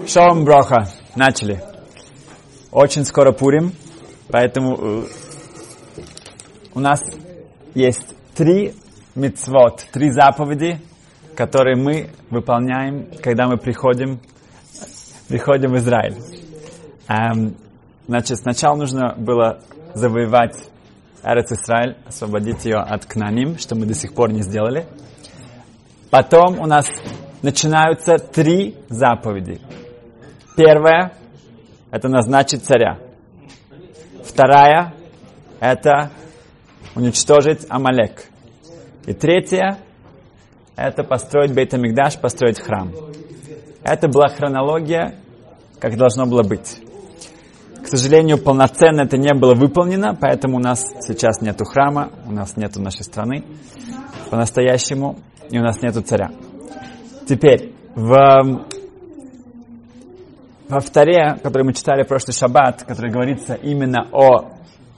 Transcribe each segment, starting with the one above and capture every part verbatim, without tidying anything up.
Шалом броха. Начали. Очень скоро Пурим, поэтому э, у нас есть три мицвот, три заповеди, которые мы выполняем, когда мы приходим, приходим в Израиль. Эм, значит, сначала нужно было завоевать Эрец Исраэль, освободить ее от Кнааним, что мы до сих пор не сделали. Потом у нас начинаются три заповеди. Первая – это назначить царя. Вторая – это уничтожить Амалек. И третья – это построить Бейт-Амикдаш, построить храм. Это была хронология, как должно было быть. К сожалению, полноценно это не было выполнено, поэтому у нас сейчас нету храма, у нас нету нашей страны по-настоящему, и у нас нету царя. Теперь, в, во вторе, который мы читали в прошлый шаббат, который говорится именно о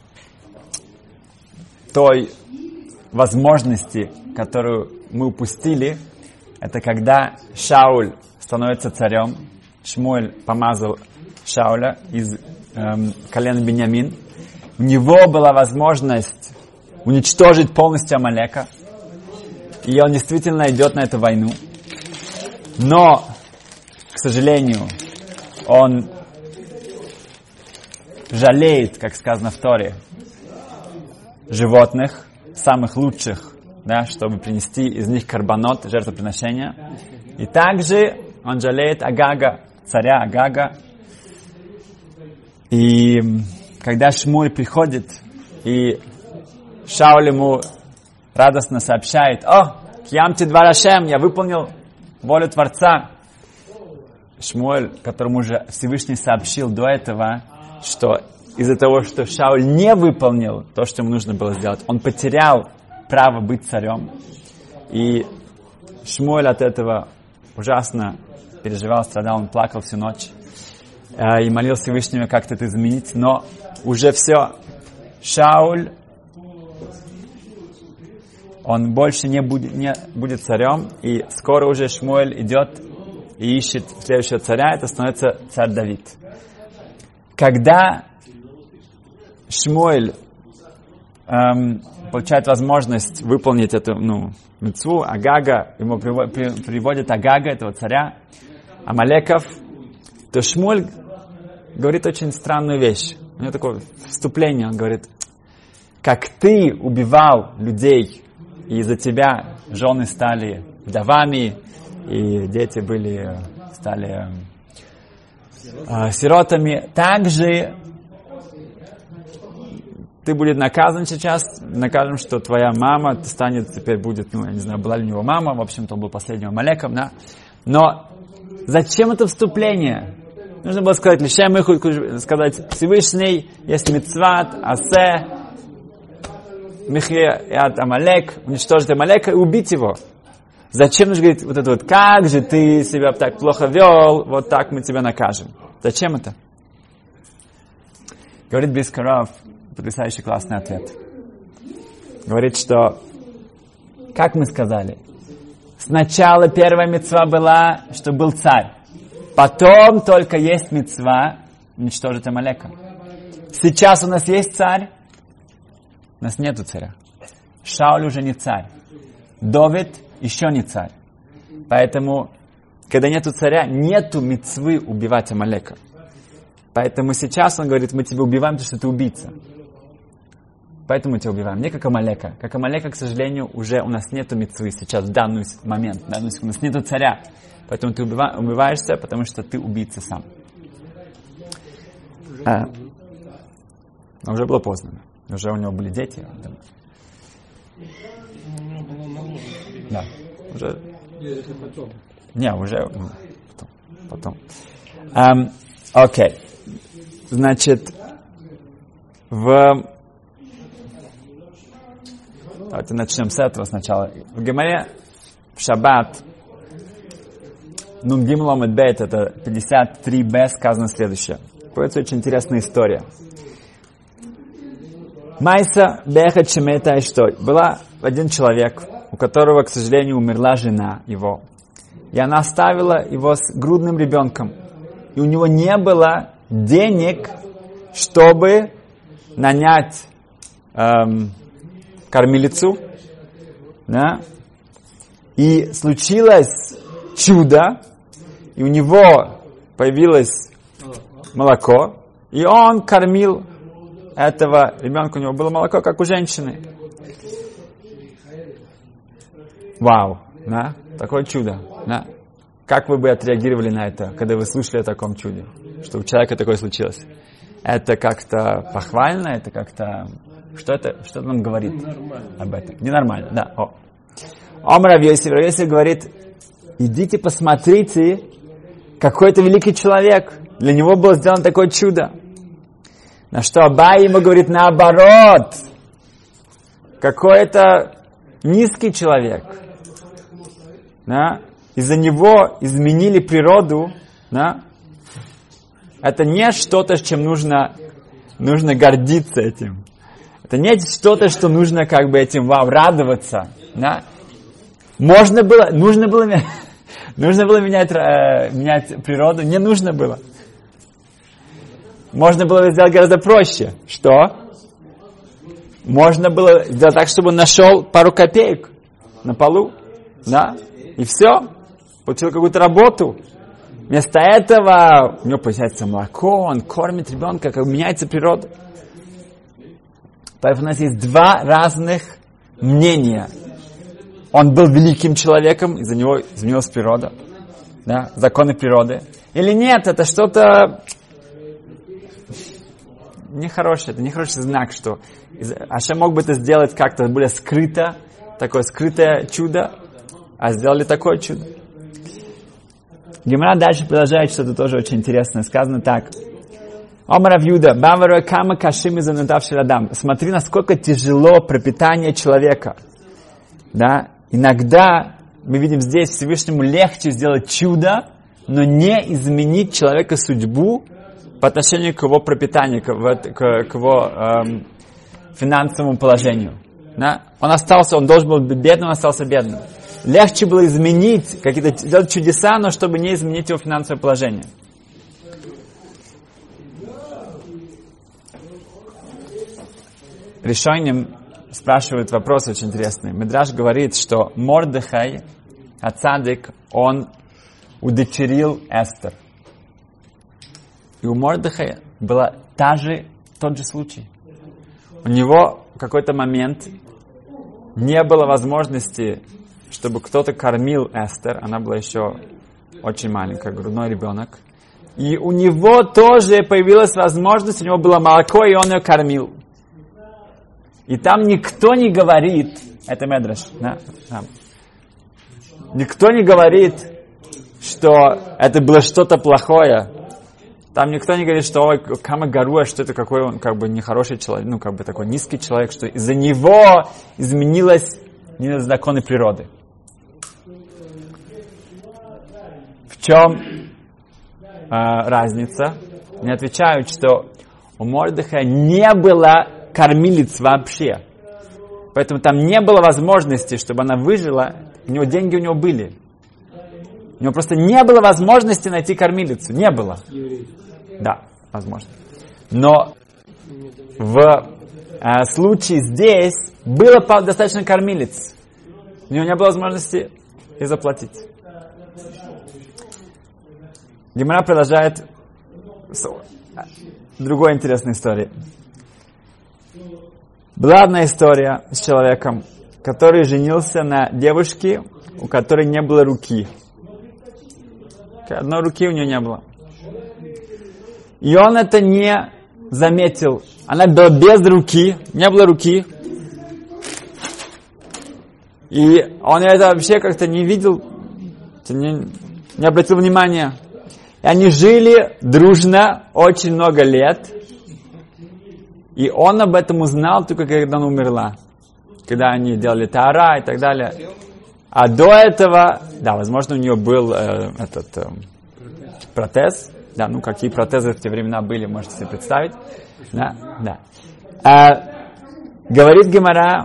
той возможности, которую мы упустили, это когда Шауль становится царем. Шмуэль помазал Шауля из эм, колена Биньямин. У него была возможность уничтожить полностью Амалека. И он действительно идет на эту войну. Но, к сожалению, он жалеет, как сказано в Торе, животных, самых лучших, да, чтобы принести из них карбонот, жертвоприношения. И также он жалеет Агага, царя Агага. И когда Шмуль приходит, и Шауль ему радостно сообщает: «О, кьямти двар Ашем, я выполнил волю Творца». Шмуэль, которому уже Всевышний сообщил до этого, что из-за того, что Шауль не выполнил то, что ему нужно было сделать, он потерял право быть царем. И Шмуэль от этого ужасно переживал, страдал, он плакал всю ночь э, и молил Всевышнего как-то это изменить. Но уже все, Шауль, он больше не будет, не будет царем, и скоро уже Шмуэль идет и ищет следующего царя, это становится царь Давид. Когда Шмуэль эм, получает возможность выполнить эту, ну, мицву, Агага, ему приводит Агага, этого царя, Амалеков, то Шмуэль говорит очень странную вещь. У него такое вступление, он говорит: как ты убивал людей, и из-за тебя жены стали вдовами, и дети были, стали э, сиротами, также ты будешь наказан сейчас, накажем, что твоя мама станет, теперь будет, ну, я не знаю, была ли у него мама, в общем-то, он был последним Амалеком, да. Но зачем это вступление? Нужно было сказать, лишаем их, сказать, Всевышний, есть мицват, асе, Михьят Амалек, уничтожить Амалека и убить его. Зачем нужно говорить вот это вот, как же ты себя так плохо вел, вот так мы тебя накажем. Зачем это? Говорит Бискаров, потрясающий классный ответ. Говорит, что, как мы сказали, сначала первая мицва была, что был царь. Потом только есть мицва уничтожить Амалека. Сейчас у нас есть царь, у нас нету царя. Шауль уже не царь. Давид еще не царь. Поэтому, когда нету царя, нету мицвы убивать Амалека. Поэтому сейчас он говорит: мы тебя убиваем, потому что ты убийца. Поэтому мы тебя убиваем. Не как Амалека. Как Амалека, к сожалению, уже у нас нету мицвы сейчас, в данный момент. В данную секунду. У нас нету царя. Поэтому ты убива- убиваешься, потому что ты убийца сам. А, но уже было поздно. Уже у него были дети. Да. Уже. Не, уже. Потом. Потом. Окей. Um, okay. Значит, в... Давайте начнем с этого сначала. В Гемаре, в Шаббат, Нун Гимел Омед Бейт, это пятьдесят три бэ, сказано следующее. Появится очень интересная история. Майса Бехет Шемета Эштой. Была один человек, у которого, к сожалению, умерла жена его. И она оставила его с грудным ребенком. и у него не было денег, чтобы нанять эм, кормилицу, да? И случилось чудо, и у него появилось молоко, и он кормил этого ребенка, у него было молоко, как у женщины. Вау, да? Такое чудо, да? Как вы бы отреагировали на это, когда вы слышали о таком чуде, что у человека такое случилось? Это как-то похвально, это как-то... Что это, что это нам говорит об этом? Ненормально, да. О. Омар Рав Йосеф, Рав Йосеф говорит, идите посмотрите, какой это великий человек. Для него было сделано такое чудо. На что Абай ему говорит наоборот. Какой это низкий человек. Да? Из-за него изменили природу. Да? Это не что-то, с чем нужно, нужно гордиться этим. Это не что-то, что нужно как бы этим вау, радоваться. Да? Можно было, нужно было, нужно было менять, э, менять природу, не нужно было. Можно было сделать гораздо проще. Что? Можно было сделать так, чтобы он нашел пару копеек на полу, да, и все, получил какую-то работу. Вместо этого у него появляется молоко, он кормит ребенка, как меняется природа. Поэтому у нас есть два разных мнения. Он был великим человеком, из-за него изменилась природа, да, законы природы. Или нет, это что-то нехорошее, это нехороший знак, что Ашем мог бы это сделать как-то более скрыто, такое скрытое чудо, а сделали такое чудо. Гемара дальше продолжает, что-то тоже очень интересное. Сказано так. Омар Рав Юда, баваруа кама кашим из анутавший радам. Смотри, насколько тяжело пропитание человека. Да? Иногда мы видим здесь Всевышнему легче сделать чудо, но не изменить человека судьбу по отношению к его пропитанию, к, к, к его эм, финансовому положению. Да? Он остался, он должен был быть бедным, он остался бедным. Легче было изменить, какие-то сделать чудеса, но чтобы не изменить его финансовое положение. Решением спрашивают вопрос очень интересный. Мидраш говорит, что Мордехай, Ацадик, он удочерил Эстер. И у Мордехая была та же, тот же случай. У него в какой-то момент не было возможности, чтобы кто-то кормил Эстер. Она была еще очень маленькая, грудной ребенок. И у него тоже появилась возможность, у него было молоко, и он ее кормил. И там никто не говорит, это Медраш, да? Да. Никто не говорит, что это было что-то плохое. Там никто не говорит, что ой, Кама Гаруа, что это какой он как бы нехороший человек, ну как бы такой низкий человек, что из-за него изменилось законы природы. В чем э, разница? Мне отвечают, что у Мордехая не было кормилиц вообще. Поэтому там не было возможности, чтобы она выжила. У него деньги у него были. У него просто не было возможности найти кормилицу. Не было. Да, возможно. Но в э, случае здесь было достаточно кормилиц. У него не было возможности и заплатить. Гемара продолжает с другой интересной историей. Была одна история с человеком, который женился на девушке, у которой не было руки. Одной руки у нее не было. И он это не заметил. Она была без руки, не было руки. И он это вообще как-то не видел, не, не обратил внимания. И они жили дружно очень много лет. И он об этом узнал только когда она умерла. Когда они делали таара и так далее. А до этого, да, возможно, у нее был э, этот э, протез. Да, ну какие протезы в те времена были, можете себе представить. Да, да. А, говорит Гемара,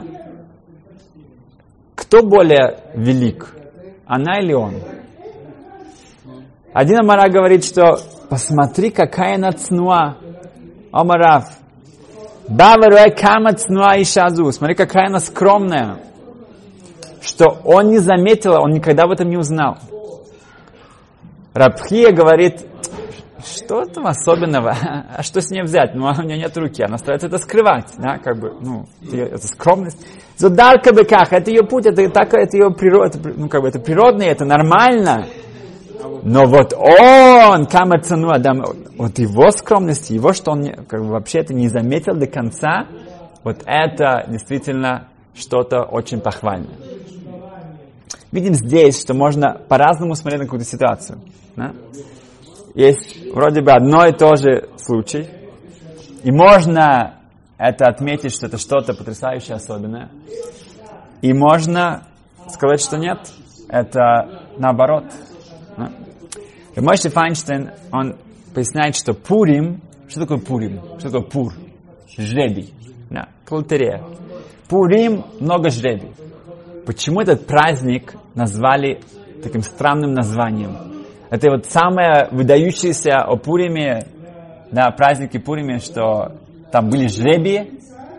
кто более велик, она или он? Один Амара говорит, что посмотри, какая она цнуа. Омарав. Баваруэ кама цнуа ишазу. Смотри, какая она скромная. Что он не заметил, он никогда об этом не узнал. Раб Хия говорит, что там особенного? А что с ней взять? Ну, у нее нет руки, она старается это скрывать, да, как бы, ну, это, это скромность. Зударка беках, это ее путь, это так, это ее природа, ну, как бы, это природное, это нормально. Но вот он, кама цануа, да, вот его скромность, его, что он как бы, вообще это не заметил до конца, вот это действительно что-то очень похвальное. Видим здесь, что можно по-разному смотреть на какую-то ситуацию. Да? Есть вроде бы одно и то же случай, и можно это отметить, что это что-то потрясающее, особенное, и можно сказать, что нет, это наоборот. Да? И Моше Файнштейн, он поясняет, что Пурим, что такое Пурим? Что такое Пур? Жребий. Да, лотерея. Пурим, много жребий. Почему этот праздник назвали таким странным названием? Это вот самое выдающееся о Пуриме, да, празднике Пуриме, что там были жребии.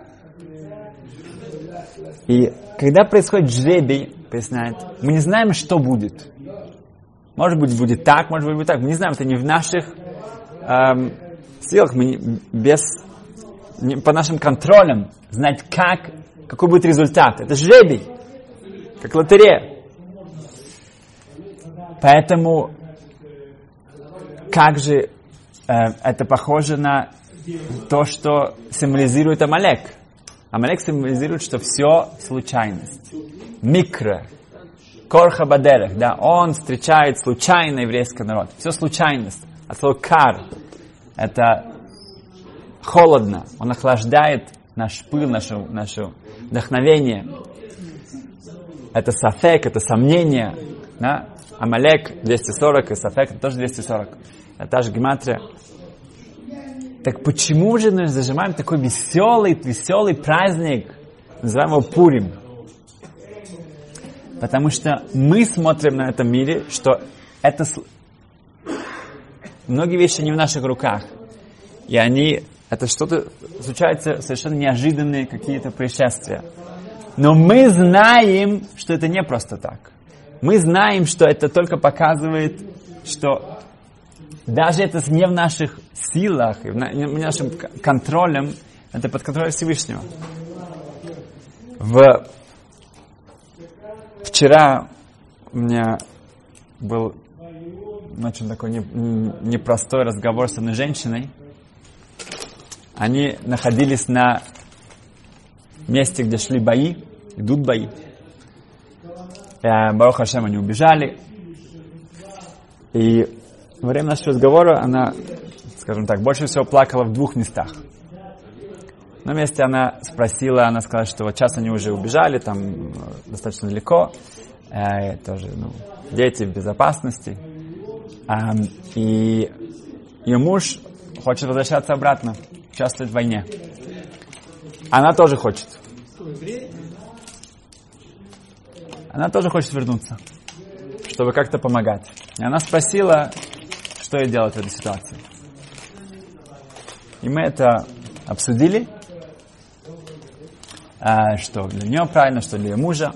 И когда происходит жребий, поясняет, мы не знаем, что будет. Может быть, будет так, может быть, будет так. Мы не знаем, это не в наших эм, силах, мы не, без, не, по нашим контролям знать, как, какой будет результат. Это жребий, как лотерея. Поэтому, как же э, это похоже на то, что символизирует Амалек. Амалек символизирует, что все случайность. Микро. Корха бадерех, да, он встречает случайно еврейский народ. Все случайность. От слова кар. Это холодно. Он охлаждает наш пыл, наше, наше вдохновение. Это сафек, это сомнение. Да? Амалек двести сорок, и сафек это тоже двести сорок. Это та же гематрия. Так почему же мы зажимаем такой веселый, веселый праздник? Называем его Пурим. Потому что мы смотрим на этом мире, что это... Многие вещи не в наших руках. И они... Это что-то... Случаются совершенно неожиданные какие-то происшествия. Но мы знаем, что это не просто так. Мы знаем, что это только показывает, что даже это не в наших силах, не в нашем контроле, это под контролем Всевышнего. В... Вчера у меня был очень такой непростой разговор с одной женщиной. Они находились на месте, где шли бои, идут бои. Барух Ашем, они убежали. И во время нашего разговора она, скажем так, больше всего плакала в двух местах. На месте она спросила, она сказала, что вот сейчас они уже убежали, там достаточно далеко, э, тоже, ну, дети в безопасности. Э, и ее муж хочет возвращаться обратно, участвовать в войне. Она тоже хочет. Она тоже хочет вернуться, чтобы как-то помогать. И она спросила, что ей делать в этой ситуации. И мы это обсудили. Что для нее правильно, что для ее мужа.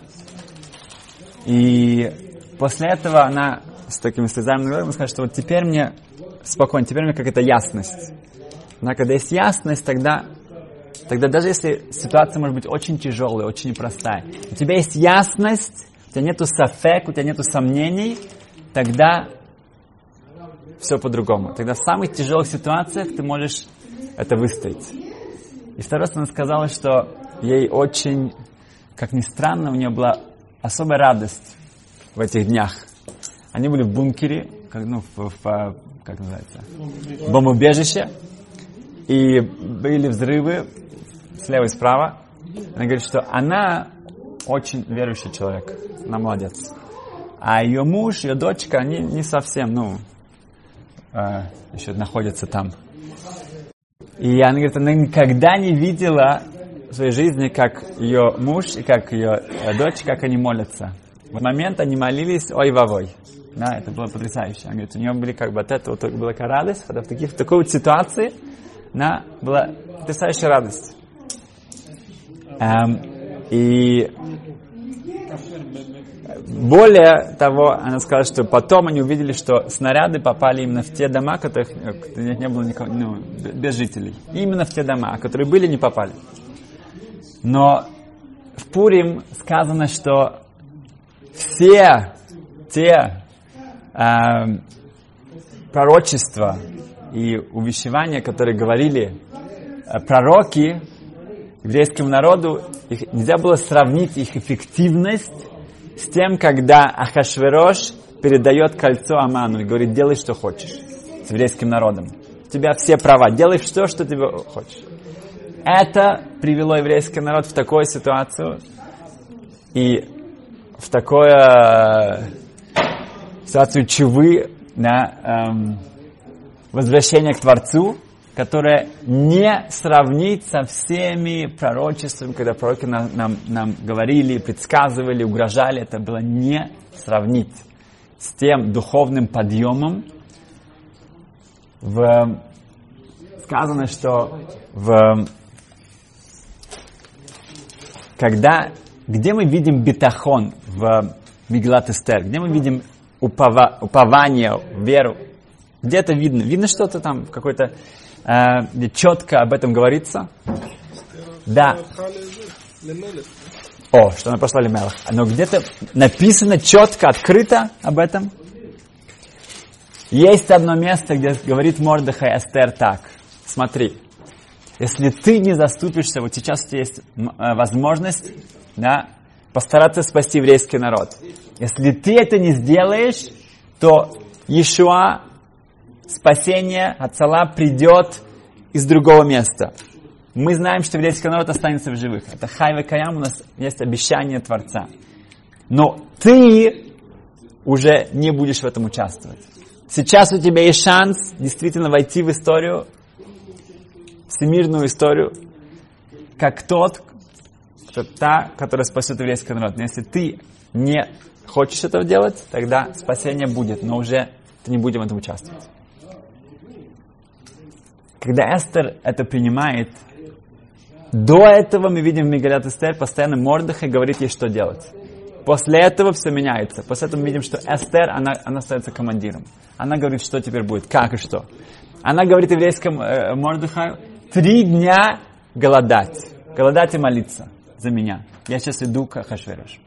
И после этого она с такими слезами на голове сказала, что вот теперь мне спокойно, теперь мне какая-то ясность. Но когда есть ясность, тогда, тогда даже если ситуация может быть очень тяжелая, очень непростая, у тебя есть ясность, у тебя нету сафек, у тебя нету сомнений, тогда все по-другому. Тогда в самых тяжелых ситуациях ты можешь это выстоять. И второй раз она сказала, что ей очень, как ни странно, у нее была особая радость в этих днях. Они были в бункере, как, ну, в, в, как называется, в бомбоубежище, и были взрывы слева и справа. Она говорит, что она очень верующий человек, она молодец. А ее муж, ее дочка, они не совсем, ну, э, еще находятся там. И она говорит, она никогда не видела в своей жизни, как ее муж и как ее дочь, как они молятся. В момент они молились ой-вовой. Да, это было потрясающе. Она говорит, у нее были как бы от этого только была такая радость, когда в, таких, в такой вот ситуации, да, была потрясающая радость. Эм, и более того, она сказала, что потом они увидели, что снаряды попали именно в те дома, которых не было никого, ну, без жителей. Именно в те дома, которые были, не попали. Но в Пурим сказано, что все те э, пророчества и увещевания, которые говорили э, пророки еврейскому народу, их, нельзя было сравнить их эффективность с тем, когда Ахашверош передает кольцо Аману и говорит, делай, что хочешь с еврейским народом. У тебя все права, делай все, что ты хочешь. Это привело еврейский народ в такую ситуацию и в такую э, ситуацию чувы, да, эм, возвращения к Творцу, которое не сравнить со всеми пророчествами, когда пророки нам, нам, нам говорили, предсказывали, угрожали. Это было не сравнить с тем духовным подъемом. В, сказано, что в, когда, где мы видим битахон в Мегилат Эстер, где мы видим упова, упование, веру, где это видно? Видно что-то там в какой-то где четко об этом говорится. Да. О, что она пошла Лемелах. Но где-то написано четко, открыто об этом. Есть одно место, где говорит Мордехай Эстер так. Смотри, если ты не заступишься, вот сейчас у тебя есть возможность, да, постараться спасти еврейский народ. Если ты это не сделаешь, то Иешуа, спасение, Ацала придет из другого места. Мы знаем, что еврейский народ останется в живых. Это Хайве Каям, у нас есть обещание Творца. Но ты уже не будешь в этом участвовать. Сейчас у тебя есть шанс действительно войти в историю, всемирную историю, как тот, кто, та, которая спасет еврейский народ. Но если ты не хочешь этого делать, тогда спасение будет, но уже ты не будешь в этом участвовать. Когда Эстер это принимает, до этого мы видим в Мегилат Эстер постоянно Мордехай говорит ей, что делать. После этого все меняется. После этого мы видим, что Эстер, она, она остается командиром. Она говорит, что теперь будет, как и что. Она говорит еврейскому э, Мордехаю, три дня голодать. Голодать и молиться за меня. Я сейчас иду к Ахашверошу.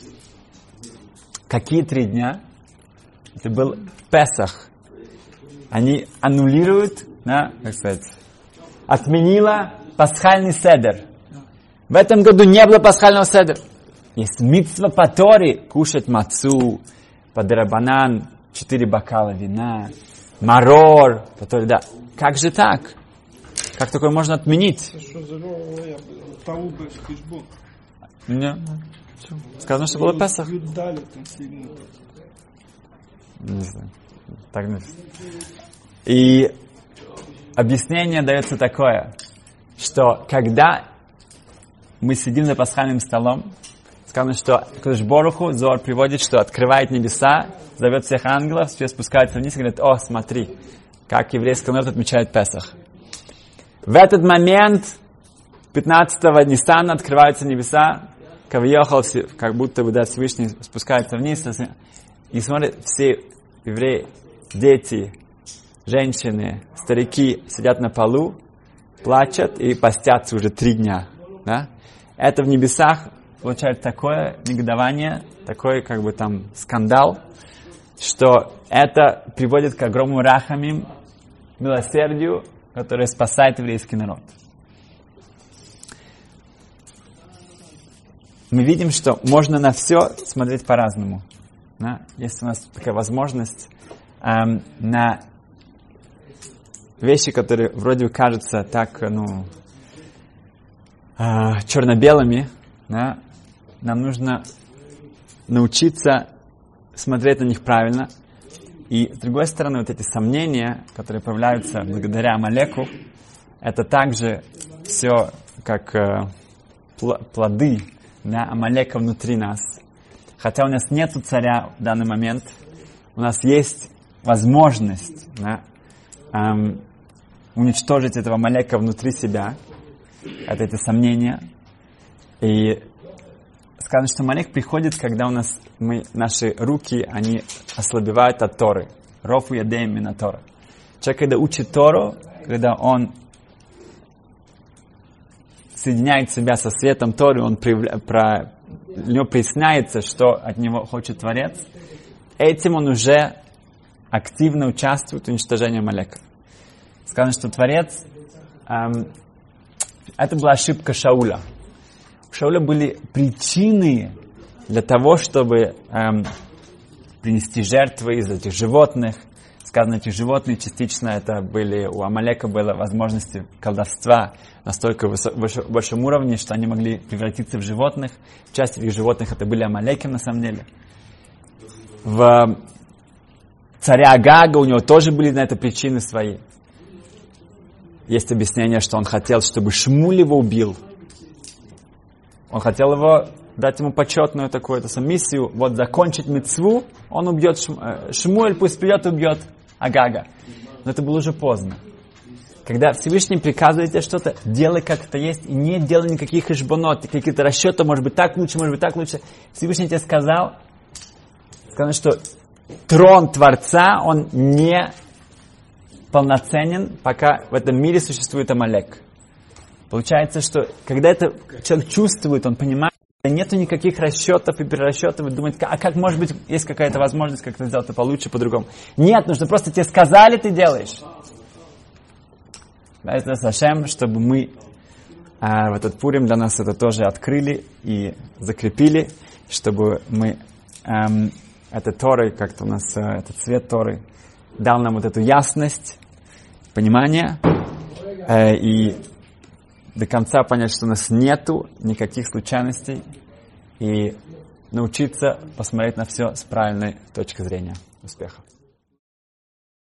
Какие три дня? Это был Песах. Они аннулируют, да, как сказать, отменила пасхальный седер. В этом году не было пасхального седера. Есть мицва по Торе кушать мацу, падерабанан, четыре бокала вина, марор, по Торе, да. Как же так? Как такое можно отменить? Не. Сказано, что было Песах. Не знаю. Так не. И объяснение дается такое, что когда мы сидим за пасхальным столом, сказано, что Кадош Боруху, Зоар приводит, что открывает небеса, зовет всех ангелов, все спускаются вниз и говорит, о, смотри, как еврейский народ отмечает Песах. В этот момент, пятнадцатого Ниссана, открываются небеса, Кавьехал, как будто бы, да, Всевышний спускается вниз, и смотрит, все евреи, дети, женщины, старики сидят на полу, плачут и постятся уже три дня. Да? Это в небесах получает такое негодование, такой как бы там скандал, что это приводит к огромному рахамим, милосердию, которое спасает еврейский народ. Мы видим, что можно на все смотреть по-разному. Да? Есть у нас такая возможность эм, на вещи, которые вроде бы кажутся так, ну, э, черно-белыми, да? Нам нужно научиться смотреть на них правильно. И, с другой стороны, вот эти сомнения, которые появляются благодаря Амалеку, это также все как э, пл- плоды, да, Амалека внутри нас. Хотя у нас нет царя в данный момент, у нас есть возможность, да, эм, уничтожить этого Амалека внутри себя, это эти сомнения. И сказано, что Амалек приходит, когда у нас мы, наши руки, они ослабевают от Торы. Рофу ядеем мина Тора. Человек, когда учит Тору, когда он соединяет себя со светом Торы, он проявля, про, у него проясняется, что от него хочет Творец, этим он уже активно участвует в уничтожении Амалека. Сказано, что Творец, эм, это была ошибка Шауля. У Шауля были причины для того, чтобы эм, принести жертвы из этих животных. Сказано, эти животные частично это были, у Амалека было возможности колдовства настолько высо, выше, большом уровне, что они могли превратиться в животных. Часть этих животных это были Амалеки на самом деле. В царя Агага у него тоже были на это причины свои. Есть объяснение, что он хотел, чтобы Шмуль его убил. Он хотел его дать ему почетную такую это, миссию, вот закончить мицву, он убьет Шмуэль, пусть придет и убьет Агага. Но это было уже поздно. Когда Всевышний приказывает тебе что-то, делай как это есть, и не делай никаких ишбонот, какие-то расчеты, может быть так лучше, может быть так лучше. Всевышний тебе сказал, сказал, что трон Творца, он не полноценен, пока в этом мире существует Амалек. Получается, что когда это человек чувствует, он понимает, нету никаких расчетов и перерасчетов, и думает, а как, может быть, есть какая-то возможность как-то сделать это получше, по-другому. Нет, нужно просто тебе сказали, ты делаешь. Да, это Сашем, чтобы мы а, в этот Пурим для нас это тоже открыли и закрепили, чтобы мы эм, этой Торой, как-то у нас э, этот цвет Торы дал нам вот эту ясность, понимание, э, и до конца понять, что у нас нету никаких случайностей, и научиться посмотреть на все с правильной точки зрения. Успехов!